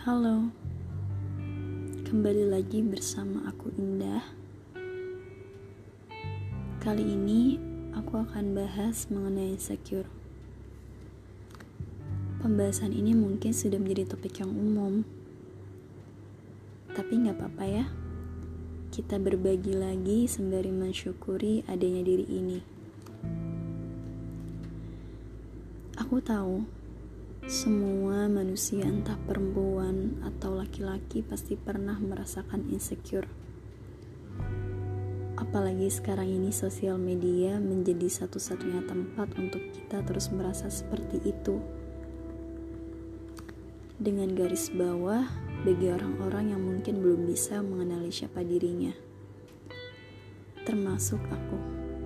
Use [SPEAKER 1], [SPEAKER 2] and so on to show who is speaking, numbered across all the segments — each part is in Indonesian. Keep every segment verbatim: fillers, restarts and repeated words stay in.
[SPEAKER 1] Halo, kembali lagi bersama aku Indah. Kali ini aku akan bahas mengenai insecure. Pembahasan ini mungkin sudah menjadi topik yang umum, tapi gak apa-apa ya. Kita berbagi lagi sembari mensyukuri adanya diri ini. Aku tahu semua manusia, entah perempuan atau laki-laki, pasti pernah merasakan insecure. Apalagi sekarang ini sosial media menjadi satu-satunya tempat untuk kita terus merasa seperti itu. Dengan garis bawah bagi orang-orang yang mungkin belum bisa mengenali siapa dirinya, termasuk aku.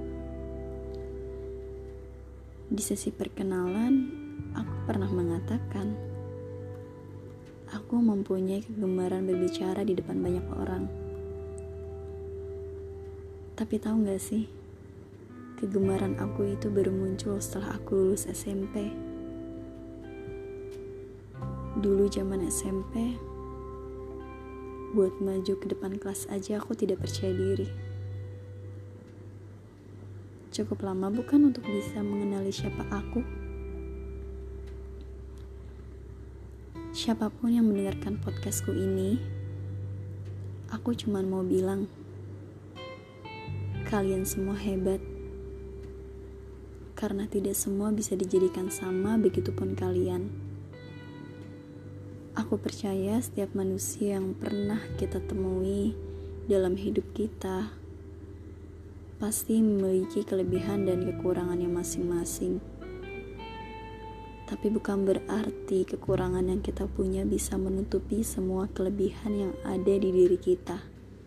[SPEAKER 1] Di sesi perkenalan, aku pernah mengatakan, aku mempunyai kegemaran berbicara di depan banyak orang. Tapi tahu gak sih, kegemaran aku itu baru muncul setelah aku lulus S M P. Dulu zaman S M P, buat maju ke depan kelas aja aku tidak percaya diri. Cukup lama bukan untuk bisa mengenali siapa aku? Siapapun yang mendengarkan podcastku ini, aku cuma mau bilang, kalian semua hebat. Karena tidak semua bisa dijadikan sama, begitupun kalian. Aku percaya setiap manusia yang pernah kita temui dalam hidup kita pasti memiliki kelebihan dan kekurangannya masing-masing. Tapi bukan berarti kekurangan yang kita punya bisa menutupi semua kelebihan yang ada di diri kita.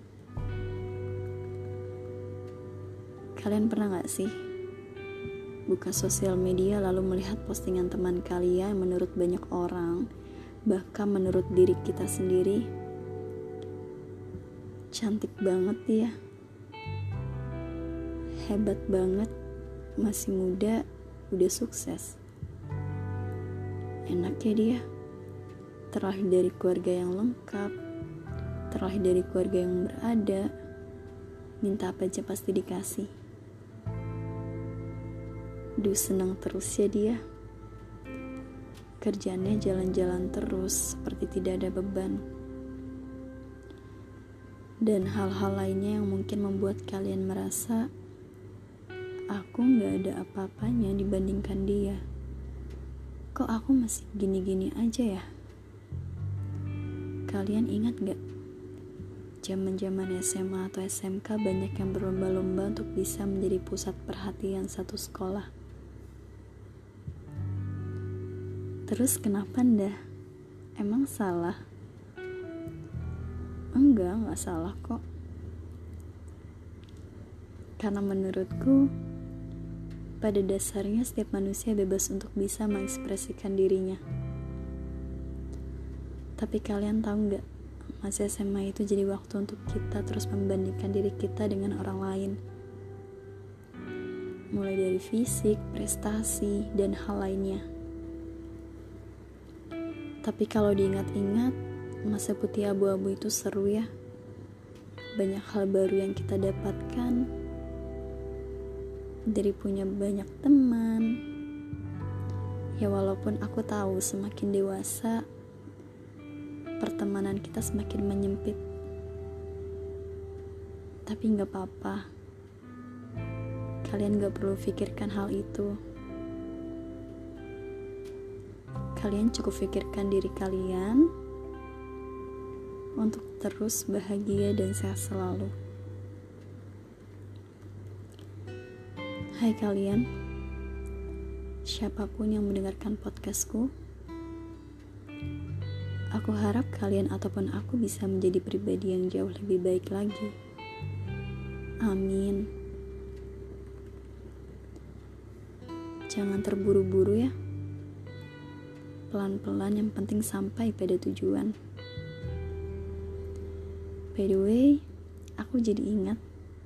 [SPEAKER 1] Kalian pernah gak sih buka sosial media lalu melihat postingan teman kalian menurut banyak orang, bahkan menurut diri kita sendiri, cantik banget dia, hebat banget, masih muda, udah sukses. Enaknya dia terlahir dari keluarga yang lengkap, terlahir dari keluarga yang berada, minta apa aja pasti dikasih. Duh, senang terus ya dia. Kerjaannya jalan-jalan terus seperti tidak ada beban. Dan hal-hal lainnya yang mungkin membuat kalian merasa aku gak ada apa-apanya dibandingkan dia. Kok aku masih gini-gini aja ya? Kalian ingat gak? Zaman-zaman S M A atau S M K banyak yang berlomba-lomba untuk bisa menjadi pusat perhatian satu sekolah. Terus kenapa ndah? Emang salah? Enggak, gak salah kok. Karena menurutku, pada dasarnya setiap manusia bebas untuk bisa mengekspresikan dirinya. Tapi kalian tahu gak, masa S M A itu jadi waktu untuk kita terus membandingkan diri kita dengan orang lain. Mulai dari fisik, prestasi, dan hal lainnya. Tapi kalau diingat-ingat, masa putih abu-abu itu seru ya. Banyak hal baru yang kita dapatkan, dari punya banyak teman. Ya walaupun aku tahu semakin dewasa pertemanan kita semakin menyempit, tapi gak apa-apa. Kalian gak perlu pikirkan hal itu. Kalian cukup pikirkan diri kalian untuk terus bahagia dan sehat selalu. Hai kalian, siapapun yang mendengarkan podcastku, aku harap kalian ataupun aku bisa menjadi pribadi yang jauh lebih baik lagi. Amin. Jangan terburu-buru ya. Pelan-pelan, yang penting sampai pada tujuan. By the way, aku jadi ingat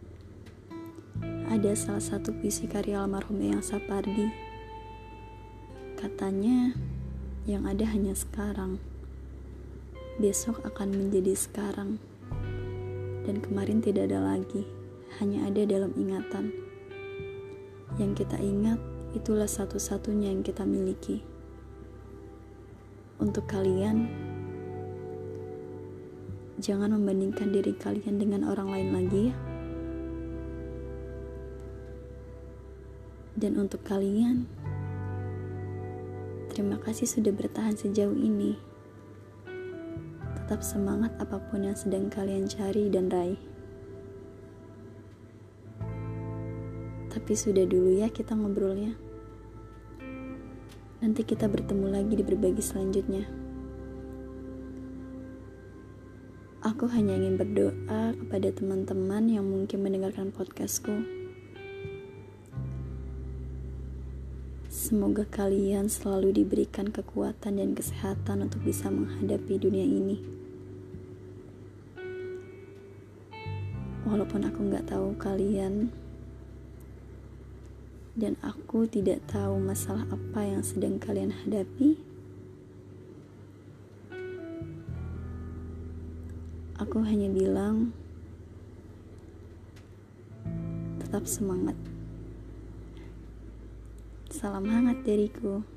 [SPEAKER 1] ada salah satu puisi karya almarhum Eyang Sapardi. Katanya, yang ada hanya sekarang. besok akan menjadi sekarang, dan kemarin tidak ada lagi, hanya ada dalam ingatan. Yang kita ingat, itulah satu-satunya yang kita miliki. Untuk kalian, jangan membandingkan diri kalian dengan orang lain lagi ya. Dan untuk kalian, terima kasih sudah bertahan sejauh ini. Tetap semangat apapun yang sedang kalian cari dan raih. Tapi sudah dulu ya kita ngobrolnya. Nanti kita bertemu lagi di berbagi selanjutnya. Aku hanya ingin berdoa kepada teman-teman yang mungkin mendengarkan podcastku. Semoga kalian selalu diberikan kekuatan dan kesehatan untuk bisa menghadapi dunia ini. Walaupun aku gak tahu kalian, dan aku tidak tahu masalah apa yang sedang kalian hadapi, aku hanya bilang, tetap semangat. Salam hangat dariku.